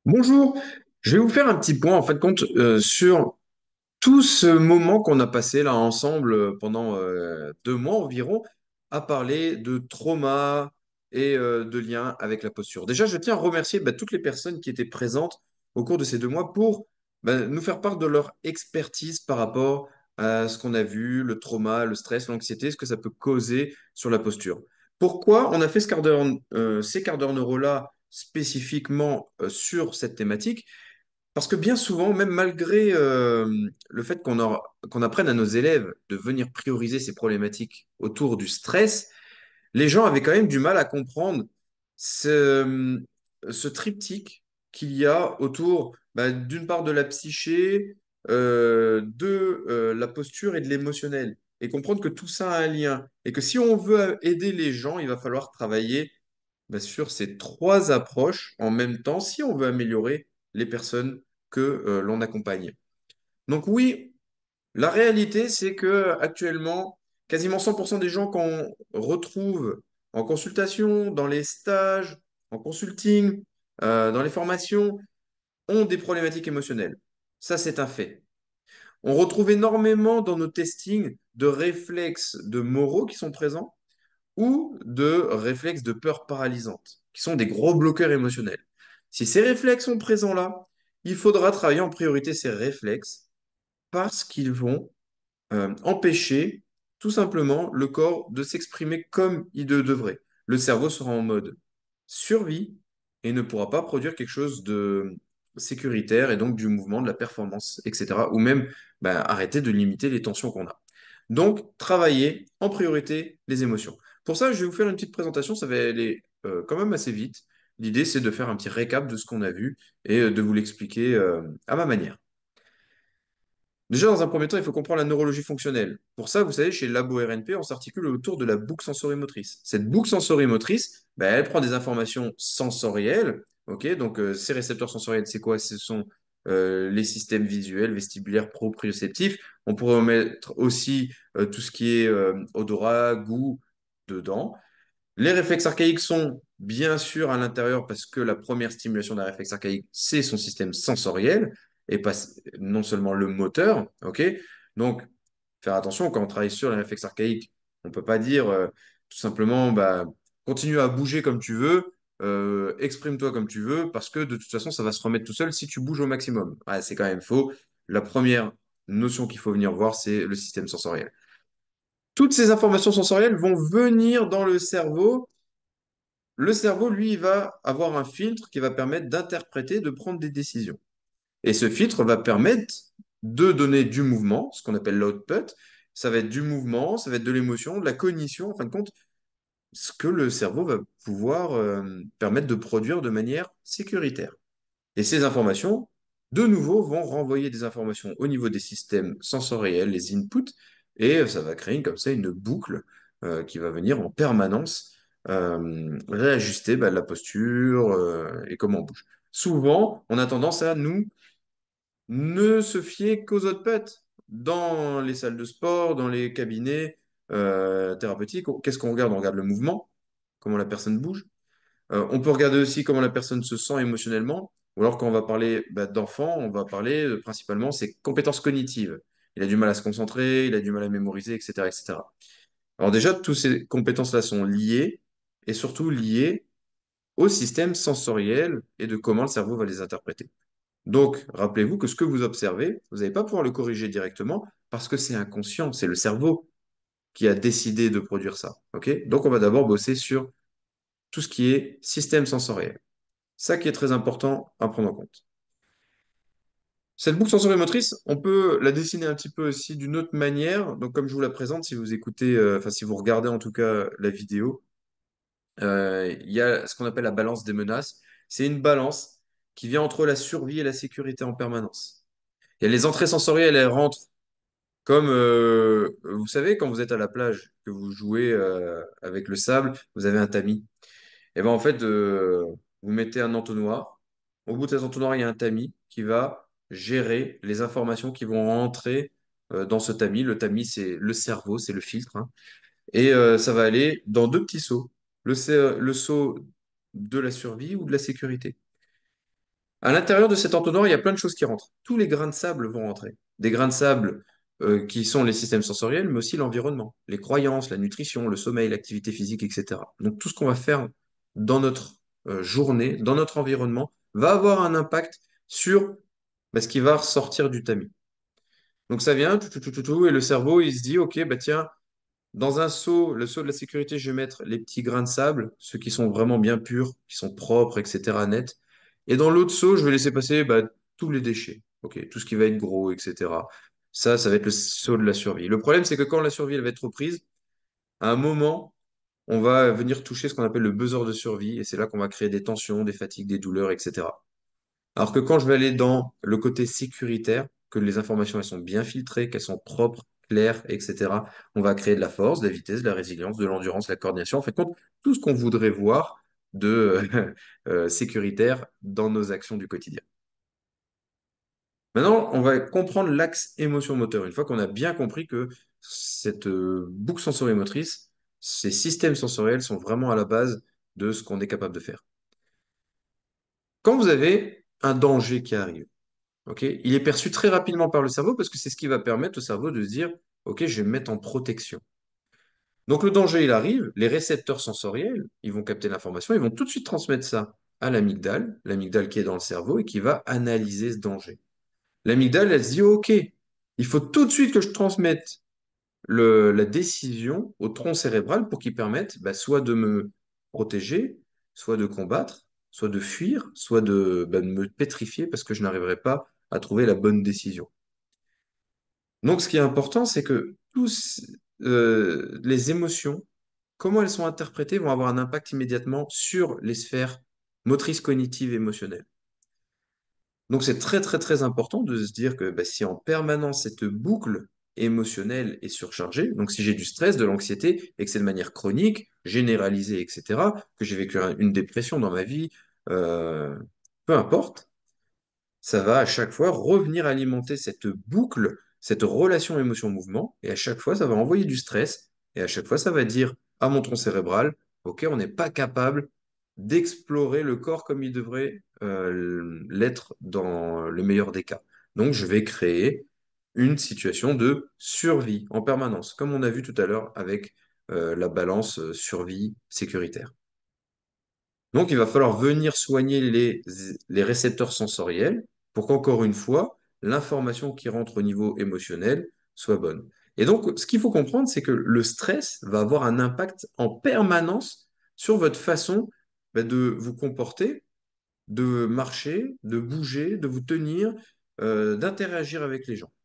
Bonjour, je vais vous faire un petit point en fait compte sur tout ce moment qu'on a passé là ensemble pendant 2 mois environ à parler de trauma et de liens avec la posture. Déjà, je tiens à remercier toutes les personnes qui étaient présentes au cours de ces 2 mois pour nous faire part de leur expertise par rapport à ce qu'on a vu, le trauma, le stress, l'anxiété, ce que ça peut causer sur la posture. Pourquoi on a fait ces quarts d'heure neuro-là spécifiquement sur cette thématique? Parce que bien souvent, même malgré le fait qu'on apprenne à nos élèves de venir prioriser ces problématiques autour du stress, les gens avaient quand même du mal à comprendre ce, ce triptyque qu'il y a autour d'une part de la psyché, de la posture et de l'émotionnel. Et comprendre que tout ça a un lien. Et que si on veut aider les gens, il va falloir travailler sur ces trois approches en même temps si on veut améliorer les personnes que l'on accompagne. Donc oui, la réalité, c'est que actuellement, quasiment 100% des gens qu'on retrouve en consultation, dans les stages, en consulting, dans les formations, ont des problématiques émotionnelles. Ça, c'est un fait. On retrouve énormément dans nos testings de réflexes de moraux qui sont présents ou de réflexes de peur paralysante, qui sont des gros bloqueurs émotionnels. Si ces réflexes sont présents là, il faudra travailler en priorité ces réflexes parce qu'ils vont empêcher tout simplement le corps de s'exprimer comme il devrait. Le cerveau sera en mode survie et ne pourra pas produire quelque chose de sécuritaire et donc du mouvement, de la performance, etc. Ou même arrêter de limiter les tensions qu'on a. Donc, travailler en priorité les émotions. Pour ça, je vais vous faire une petite présentation, ça va aller quand même assez vite. L'idée, c'est de faire un petit récap de ce qu'on a vu et de vous l'expliquer à ma manière. Déjà, dans un premier temps, il faut comprendre la neurologie fonctionnelle. Pour ça, vous savez, chez Labo RNP, on s'articule autour de la boucle sensorimotrice. Cette boucle sensorimotrice, elle prend des informations sensorielles. Ok, donc, ces récepteurs sensoriels, c'est quoi? Ce sont les systèmes visuels, vestibulaires, proprioceptifs. On pourrait mettre aussi tout ce qui est odorat, goût dedans. Les réflexes archaïques sont bien sûr à l'intérieur parce que la première stimulation d'un réflexe archaïque, c'est son système sensoriel et pas non seulement le moteur. Ok. Donc, faire attention quand on travaille sur les réflexes archaïques, on ne peut pas dire tout simplement continue à bouger comme tu veux, exprime-toi comme tu veux parce que de toute façon, ça va se remettre tout seul si tu bouges au maximum. Ouais, c'est quand même faux. La première notion qu'il faut venir voir, c'est le système sensoriel. Toutes ces informations sensorielles vont venir dans le cerveau. Le cerveau, lui, il va avoir un filtre qui va permettre d'interpréter, de prendre des décisions. Et ce filtre va permettre de donner du mouvement, ce qu'on appelle l'output. Ça va être du mouvement, ça va être de l'émotion, de la cognition, en fin de compte, ce que le cerveau va pouvoir permettre de produire de manière sécuritaire. Et ces informations, de nouveau, vont renvoyer des informations au niveau des systèmes sensoriels, les inputs, et ça va créer comme ça une boucle qui va venir en permanence réajuster la posture et comment on bouge. Souvent, on a tendance à nous ne se fier qu'aux autres pets. Dans les salles de sport, dans les cabinets thérapeutiques, qu'est-ce qu'on regarde? On regarde le mouvement, comment la personne bouge. On peut regarder aussi comment la personne se sent émotionnellement, ou alors quand on va parler d'enfant, on va parler principalement ses compétences cognitives. Il a du mal à se concentrer, il a du mal à mémoriser, etc., etc. Alors déjà, toutes ces compétences-là sont liées, et surtout liées au système sensoriel et de comment le cerveau va les interpréter. Donc, rappelez-vous que ce que vous observez, vous n'allez pas pouvoir le corriger directement parce que c'est inconscient, c'est le cerveau qui a décidé de produire ça. Ok. Donc, on va d'abord bosser sur tout ce qui est système sensoriel. Ça qui est très important à prendre en compte. Cette boucle sensorimotrice, on peut la dessiner un petit peu aussi d'une autre manière. Donc, comme je vous la présente, si vous écoutez, enfin, si vous regardez en tout cas la vidéo, il y a ce qu'on appelle la balance des menaces. C'est une balance qui vient entre la survie et la sécurité en permanence. Il y a les entrées sensorielles, elles rentrent comme, vous savez, quand vous êtes à la plage, que vous jouez avec le sable, vous avez un tamis. Et ben en fait, vous mettez un entonnoir. Au bout de cet entonnoir, il y a un tamis qui va gérer les informations qui vont rentrer dans ce tamis. Le tamis, c'est le cerveau, c'est le filtre, hein. Et ça va aller dans deux petits seaux. Le seau de la survie ou de la sécurité. À l'intérieur de cet entonnoir, il y a plein de choses qui rentrent. Tous les grains de sable vont rentrer. Des grains de sable qui sont les systèmes sensoriels, mais aussi l'environnement, les croyances, la nutrition, le sommeil, l'activité physique, etc. Donc tout ce qu'on va faire dans notre journée, dans notre environnement, va avoir un impact sur ce qui va ressortir du tamis. Donc ça vient, tout, et le cerveau, il se dit, OK, bah tiens, dans un seau, le seau de la sécurité, je vais mettre les petits grains de sable, ceux qui sont vraiment bien purs, qui sont propres, etc., nets. Et dans l'autre seau, je vais laisser passer tous les déchets, ok, tout ce qui va être gros, etc. Ça va être le seau de la survie. Le problème, c'est que quand la survie elle va être reprise, à un moment, on va venir toucher ce qu'on appelle le buzzer de survie, et c'est là qu'on va créer des tensions, des fatigues, des douleurs, etc. Alors que quand je vais aller dans le côté sécuritaire, que les informations elles sont bien filtrées, qu'elles sont propres, claires, etc., on va créer de la force, de la vitesse, de la résilience, de l'endurance, de la coordination, en fait, compte tout ce qu'on voudrait voir de sécuritaire dans nos actions du quotidien. Maintenant, on va comprendre l'axe émotion-moteur. Une fois qu'on a bien compris que cette boucle sensorimotrice, ces systèmes sensoriels sont vraiment à la base de ce qu'on est capable de faire. Quand vous avez un danger qui arrive, ok, il est perçu très rapidement par le cerveau parce que c'est ce qui va permettre au cerveau de se dire, OK, je vais me mettre en protection. Donc le danger, il arrive, les récepteurs sensoriels, ils vont capter l'information, ils vont tout de suite transmettre ça à l'amygdale qui est dans le cerveau et qui va analyser ce danger. L'amygdale, elle se dit, OK, il faut tout de suite que je transmette la décision au tronc cérébral pour qu'il permette soit de me protéger, soit de combattre, soit de fuir, soit de me pétrifier parce que je n'arriverai pas à trouver la bonne décision. Donc, ce qui est important, c'est que tous les émotions, comment elles sont interprétées, vont avoir un impact immédiatement sur les sphères motrices, cognitives, émotionnelles. Donc, c'est très, très, très important de se dire que si en permanence cette boucle émotionnelle est surchargée, donc si j'ai du stress, de l'anxiété, et que c'est de manière chronique, généralisée, etc., que j'ai vécu une dépression dans ma vie, euh, peu importe, ça va à chaque fois revenir alimenter cette boucle, cette relation émotion-mouvement, et à chaque fois, ça va envoyer du stress, et à chaque fois, ça va dire à mon tronc cérébral, OK, on n'est pas capable d'explorer le corps comme il devrait l'être dans le meilleur des cas. Donc, je vais créer une situation de survie en permanence, comme on a vu tout à l'heure avec la balance survie sécuritaire. Donc, il va falloir venir soigner les récepteurs sensoriels pour qu'encore une fois, l'information qui rentre au niveau émotionnel soit bonne. Et donc, ce qu'il faut comprendre, c'est que le stress va avoir un impact en permanence sur votre façon de vous comporter, de marcher, de bouger, de vous tenir, d'interagir avec les gens.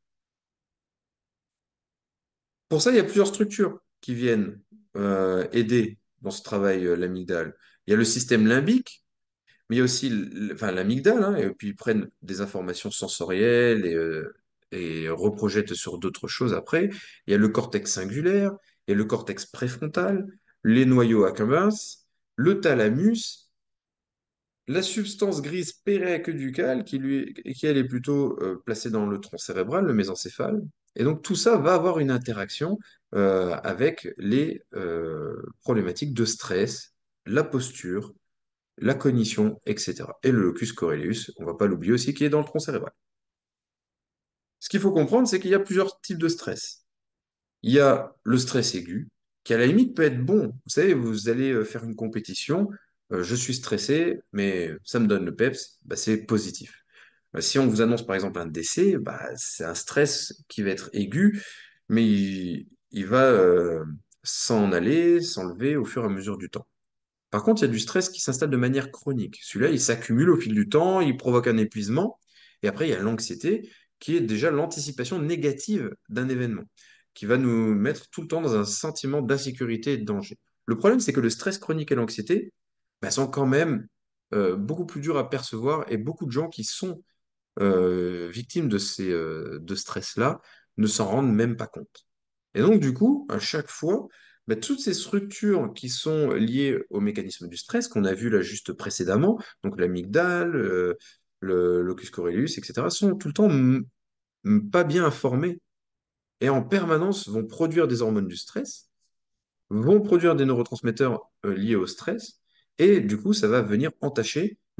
Pour ça, il y a plusieurs structures qui viennent aider dans ce travail, l'amygdale. Il y a le système limbique, mais il y a aussi l'amygdale, hein, et puis ils prennent des informations sensorielles et reprojettent sur d'autres choses après. Il y a le cortex singulaire, il y a le cortex préfrontal, les noyaux accumbens, le thalamus, la substance grise périaqueducale qui elle est plutôt placée dans le tronc cérébral, le mésencéphale. Et donc tout ça va avoir une interaction avec les problématiques de stress, la posture, la cognition, etc. Et le locus coeruleus, on ne va pas l'oublier aussi, qui est dans le tronc cérébral. Ce qu'il faut comprendre, c'est qu'il y a plusieurs types de stress. Il y a le stress aigu, qui à la limite peut être bon. Vous savez, vous allez faire une compétition, je suis stressé, mais ça me donne le peps, c'est positif. Si on vous annonce par exemple un décès, c'est un stress qui va être aigu, mais il va s'en aller, s'enlever au fur et à mesure du temps. Par contre, il y a du stress qui s'installe de manière chronique. Celui-là, il s'accumule au fil du temps, il provoque un épuisement. Et après, il y a l'anxiété, qui est déjà l'anticipation négative d'un événement, qui va nous mettre tout le temps dans un sentiment d'insécurité et de danger. Le problème, c'est que le stress chronique et l'anxiété sont quand même beaucoup plus durs à percevoir et beaucoup de gens qui sont victimes de de stress-là ne s'en rendent même pas compte. Et donc, du coup, à chaque fois, toutes ces structures qui sont liées au mécanisme du stress, qu'on a vu là juste précédemment, donc l'amygdale, le locus coeruleus, etc., sont tout le temps pas bien informées et en permanence vont produire des hormones du stress, vont produire des neurotransmetteurs liés au stress, et du coup, ça va venir entacher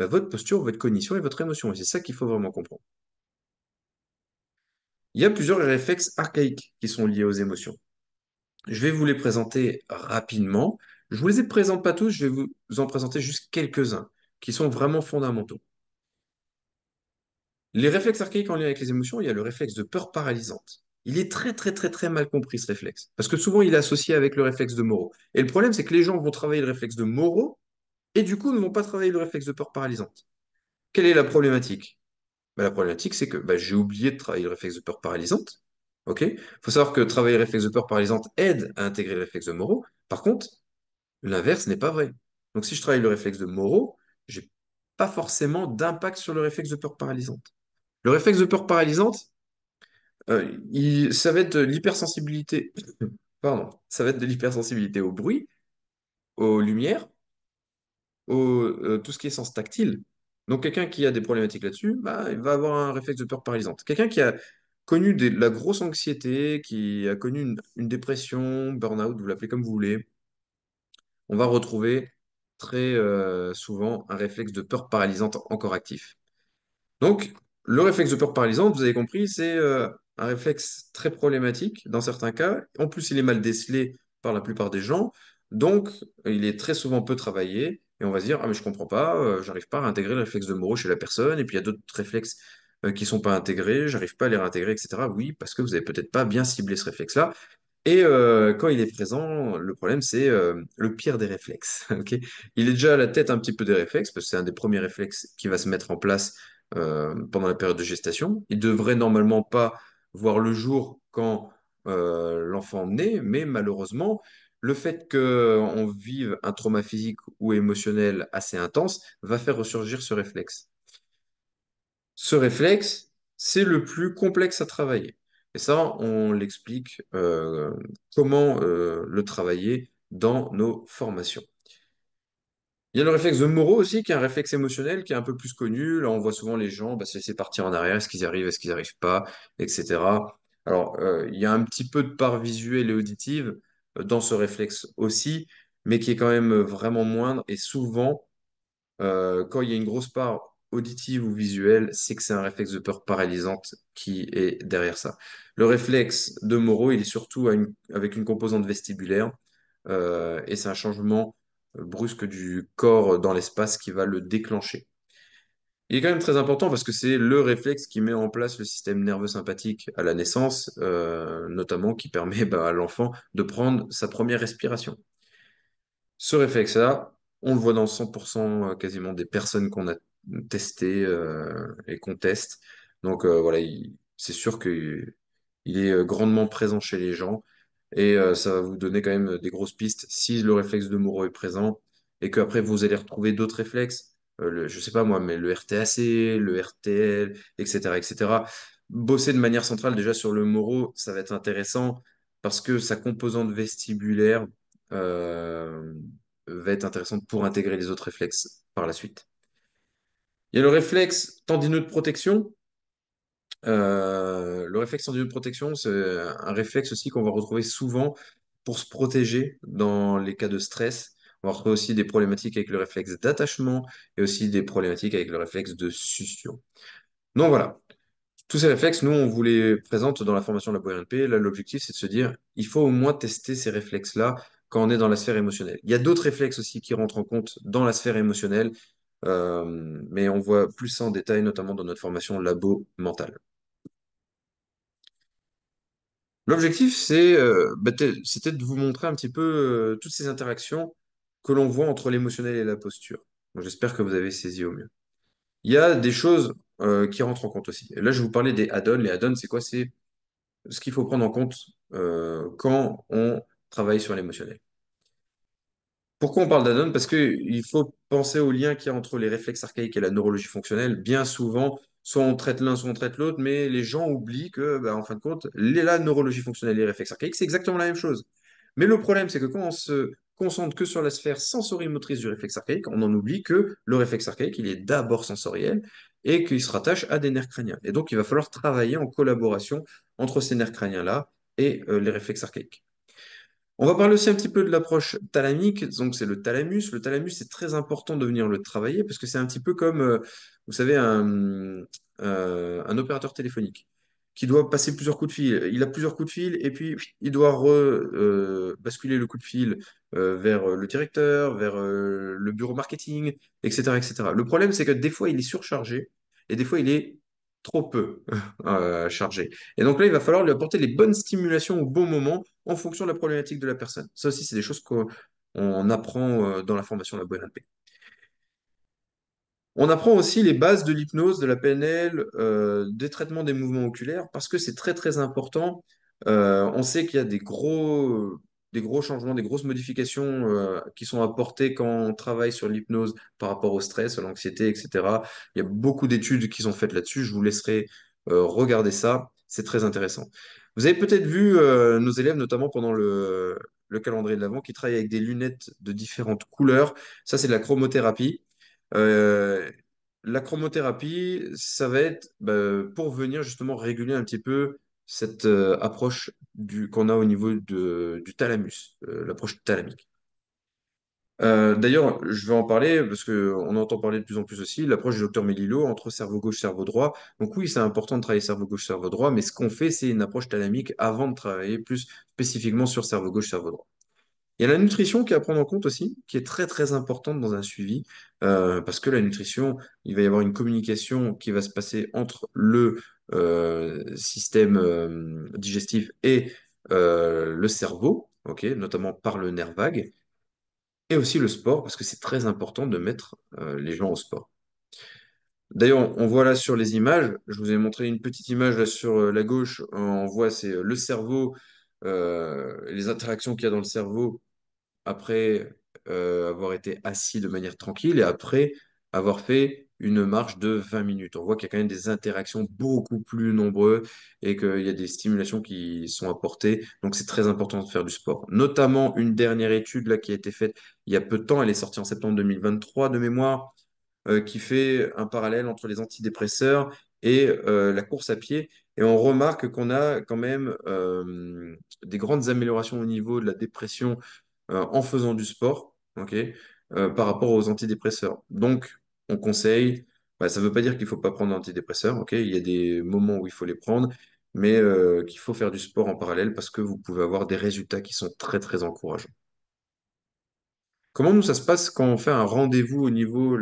bah, votre posture, votre cognition et votre émotion. Et c'est ça qu'il faut vraiment comprendre. Il y a plusieurs réflexes archaïques qui sont liés aux émotions. Je vais vous les présenter rapidement. Je vous les présente pas tous, je vais vous en présenter juste quelques-uns qui sont vraiment fondamentaux. Les réflexes archaïques en lien avec les émotions, il y a le réflexe de peur paralysante. Il est très très très très mal compris ce réflexe, parce que souvent il est associé avec le réflexe de Moro. Et le problème, c'est que les gens vont travailler le réflexe de Moro et du coup ne vont pas travailler le réflexe de peur paralysante. Quelle est la problématique? La problématique, c'est que j'ai oublié de travailler le réflexe de peur paralysante. Ok? Il faut savoir que travailler le réflexe de peur paralysante aide à intégrer le réflexe de Moro. Par contre, l'inverse n'est pas vrai. Donc si je travaille le réflexe de Moro, j'ai pas forcément d'impact sur le réflexe de peur paralysante. Le réflexe de peur paralysante, ça va être de l'hypersensibilité, pardon, ça va être de l'hypersensibilité au bruit, aux lumières, tout ce qui est sens tactile. Donc quelqu'un qui a des problématiques là-dessus, il va avoir un réflexe de peur paralysante. Quelqu'un qui a connu la grosse anxiété, qui a connu une dépression, burn-out, vous l'appelez comme vous voulez, on va retrouver très souvent un réflexe de peur paralysante encore actif. Donc, le réflexe de peur paralysante, vous avez compris, c'est un réflexe très problématique dans certains cas. En plus, il est mal décelé par la plupart des gens. Donc, il est très souvent peu travaillé. Et on va se dire, ah, mais je comprends pas, j'arrive pas à intégrer le réflexe de Moreau chez la personne. Et puis, il y a d'autres réflexes qui sont pas intégrés, j'arrive pas à les réintégrer, etc. Oui, parce que vous avez peut-être pas bien ciblé ce réflexe-là. Et quand il est présent, le problème, c'est le pire des réflexes. Ok. Il est déjà à la tête un petit peu des réflexes, parce que c'est un des premiers réflexes qui va se mettre en place pendant la période de gestation. Il devrait normalement pas voir le jour quand l'enfant naît, mais malheureusement, le fait qu'on vive un trauma physique ou émotionnel assez intense va faire ressurgir ce réflexe. Ce réflexe, c'est le plus complexe à travailler. Et ça, on l'explique comment le travailler dans nos formations. Il y a le réflexe de Moro aussi, qui est un réflexe émotionnel, qui est un peu plus connu. Là, on voit souvent les gens se laisser partir en arrière, est-ce qu'ils arrivent, est-ce qu'ils n'arrivent pas, etc. Alors, il y a un petit peu de part visuelle et auditive dans ce réflexe aussi, mais qui est quand même vraiment moindre. Et souvent, quand il y a une grosse part auditive ou visuelle, c'est que c'est un réflexe de peur paralysante qui est derrière ça. Le réflexe de Moro, il est surtout avec une composante vestibulaire, et c'est un changement brusque du corps dans l'espace qui va le déclencher. Il est quand même très important parce que c'est le réflexe qui met en place le système nerveux sympathique à la naissance, notamment qui permet à l'enfant de prendre sa première respiration. Ce réflexe-là, on le voit dans 100% quasiment des personnes qu'on a testées et qu'on teste. Donc voilà, c'est sûr qu'il est grandement présent chez les gens et ça va vous donner quand même des grosses pistes si le réflexe de Moro est présent et qu'après vous allez retrouver d'autres réflexes, je sais pas moi, mais le RTAC, le RTL, etc., etc. Bosser de manière centrale déjà sur le Moro, ça va être intéressant parce que sa composante vestibulaire euh, va être intéressante pour intégrer les autres réflexes par la suite. Il y a le réflexe tendineux de protection. Le réflexe tendineux de protection, c'est un réflexe aussi qu'on va retrouver souvent pour se protéger dans les cas de stress. On va retrouver aussi des problématiques avec le réflexe d'attachement et aussi des problématiques avec le réflexe de succion. Donc voilà, tous ces réflexes, nous, on vous les présente dans la formation de la NP. Là, l'objectif, c'est de se dire, il faut au moins tester ces réflexes-là quand on est dans la sphère émotionnelle. Il y a d'autres réflexes aussi qui rentrent en compte dans la sphère émotionnelle, mais on voit plus ça en détail, notamment dans notre formation labo mentale. L'objectif, c'était de vous montrer un petit peu toutes ces interactions que l'on voit entre l'émotionnel et la posture. Donc, j'espère que vous avez saisi au mieux. Il y a des choses qui rentrent en compte aussi. Et là, je vais vous parler des add-ons. Les add-ons, c'est quoi? C'est ce qu'il faut prendre en compte quand on travaille sur l'émotionnel. Pourquoi on parle d'add-on? Parce qu'il faut penser au lien qu'il y a entre les réflexes archaïques et la neurologie fonctionnelle. Bien souvent, soit on traite l'un, soit on traite l'autre, mais les gens oublient que, en fin de compte, la neurologie fonctionnelle et les réflexes archaïques, c'est exactement la même chose. Mais le problème, c'est que quand on se concentre que sur la sphère sensorimotrice du réflexe archaïque, on en oublie que le réflexe archaïque, il est d'abord sensoriel et qu'il se rattache à des nerfs crâniens. Et donc, il va falloir travailler en collaboration entre ces nerfs crâniens-là et les réflexes archaïques. On va parler aussi un petit peu de l'approche thalamique. Donc, c'est le thalamus. Le thalamus, c'est très important de venir le travailler parce que c'est un petit peu comme, vous savez, un opérateur téléphonique qui doit passer plusieurs coups de fil. Il a plusieurs coups de fil et puis il doit basculer le coup de fil vers le directeur, vers le bureau marketing, etc., etc. Le problème, c'est que des fois, il est surchargé et des fois, il est trop peu chargé. Et donc là, il va falloir lui apporter les bonnes stimulations au bon moment en fonction de la problématique de la personne. Ça aussi, c'est des choses qu'on apprend dans la formation de la bonne NLP. On apprend aussi les bases de l'hypnose, de la PNL, des traitements des mouvements oculaires, parce que c'est très très important. On sait qu'il y a des gros changements, des grosses modifications qui sont apportées quand on travaille sur l'hypnose par rapport au stress, à l'anxiété, etc. Il y a beaucoup d'études qui sont faites là-dessus. Je vous laisserai regarder ça. C'est très intéressant. Vous avez peut-être vu nos élèves, notamment pendant le calendrier de l'Avent, qui travaillent avec des lunettes de différentes couleurs. Ça, c'est de la chromothérapie. Euh, la chromothérapie, ça va être pour venir justement réguler un petit peu cette approche qu'on a au niveau du thalamus, l'approche thalamique. D'ailleurs, je vais en parler parce qu'on entend parler de plus en plus aussi, l'approche du docteur Melillo entre cerveau gauche, cerveau droit. Donc oui, c'est important de travailler cerveau gauche, cerveau droit, mais ce qu'on fait, c'est une approche thalamique avant de travailler plus spécifiquement sur cerveau gauche, cerveau droit. Il y a la nutrition qui est à prendre en compte aussi, qui est très très importante dans un suivi, parce que la nutrition, il va y avoir une communication qui va se passer entre le système digestif et le cerveau, ok, notamment par le nerf vague, et aussi le sport, parce que c'est très important de mettre les gens au sport. D'ailleurs, on voit là sur les images, je vous ai montré une petite image là sur la gauche, on voit c'est le cerveau, les interactions qu'il y a dans le cerveau après avoir été assis de manière tranquille et après avoir fait une marche de 20 minutes. On voit qu'il y a quand même des interactions beaucoup plus nombreuses et qu'il y a des stimulations qui sont apportées. Donc c'est très important de faire du sport. Notamment une dernière étude là, qui a été faite il y a peu de temps, elle est sortie en septembre 2023 de mémoire, qui fait un parallèle entre les antidépresseurs et la course à pied. Et on remarque qu'on a quand même des grandes améliorations au niveau de la dépression en faisant du sport, ok, par rapport aux antidépresseurs. Donc, on conseille, ça ne veut pas dire qu'il ne faut pas prendre d'antidépresseurs, ok, il y a des moments où il faut les prendre, mais qu'il faut faire du sport en parallèle parce que vous pouvez avoir des résultats qui sont très, très encourageants. Comment nous, ça se passe quand on fait un rendez-vous au niveau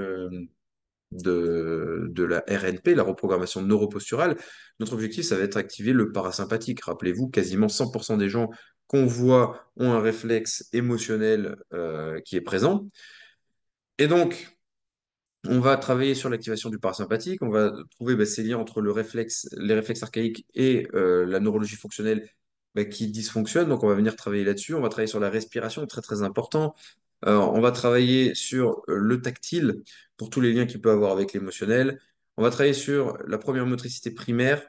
de la RNP, la reprogrammation neuroposturale? Notre objectif, ça va être d'activer le parasympathique. Rappelez-vous, quasiment 100% des gens qu'on voit ont un réflexe émotionnel qui est présent. Et donc, on va travailler sur l'activation du parasympathique, on va trouver ces liens entre les réflexes archaïques et la neurologie fonctionnelle qui dysfonctionne. Donc, on va venir travailler là-dessus. On va travailler sur la respiration, très très important. On va travailler sur le tactile pour tous les liens qu'il peut avoir avec l'émotionnel. On va travailler sur la première motricité primaire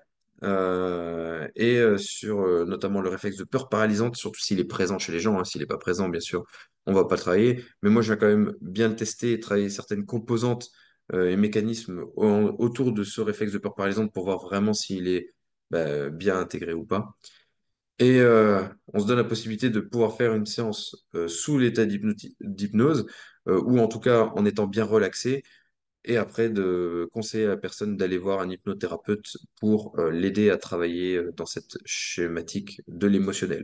et sur notamment le réflexe de peur paralysante, surtout s'il est présent chez les gens. Hein. S'il n'est pas présent, bien sûr, on va pas le travailler. Mais moi, je vais quand même bien le tester et travailler certaines composantes et mécanismes autour de ce réflexe de peur paralysante pour voir vraiment s'il est bien intégré ou pas. Et on se donne la possibilité de pouvoir faire une séance sous l'état d'hypnose, ou en tout cas en étant bien relaxé, et après de conseiller à la personne d'aller voir un hypnothérapeute pour l'aider à travailler dans cette schématique de l'émotionnel.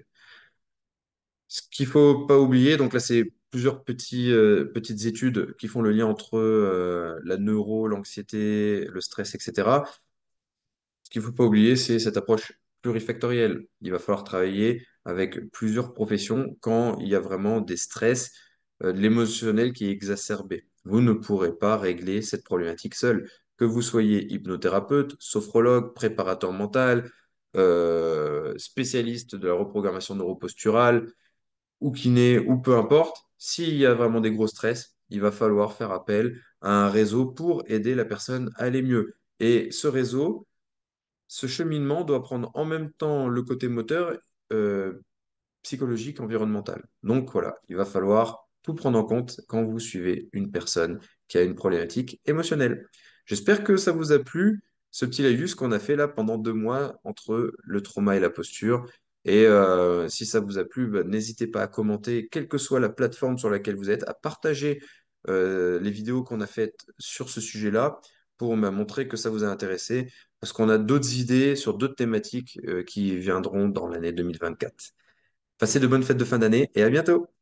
Ce qu'il faut pas oublier, donc là c'est plusieurs petites études qui font le lien entre la neuro, l'anxiété, le stress, etc. Ce qu'il ne faut pas oublier, c'est cette approche plurifactorielle. Il va falloir travailler avec plusieurs professions quand il y a vraiment des stress, de l'émotionnel qui est exacerbé. Vous ne pourrez pas régler cette problématique seul. Que vous soyez hypnothérapeute, sophrologue, préparateur mental, spécialiste de la reprogrammation neuroposturale, ou kiné, ou peu importe, s'il y a vraiment des gros stress, il va falloir faire appel à un réseau pour aider la personne à aller mieux. Et ce cheminement doit prendre en même temps le côté moteur, euh, psychologique, environnemental. Donc voilà, il va falloir tout prendre en compte quand vous suivez une personne qui a une problématique émotionnelle. J'espère que ça vous a plu, ce petit laïus qu'on a fait là pendant 2 mois entre le trauma et la posture. Et si ça vous a plu, bah, n'hésitez pas à commenter, quelle que soit la plateforme sur laquelle vous êtes, à partager les vidéos qu'on a faites sur ce sujet-là pour montrer que ça vous a intéressé, parce qu'on a d'autres idées sur d'autres thématiques qui viendront dans l'année 2024. Passez de bonnes fêtes de fin d'année et à bientôt!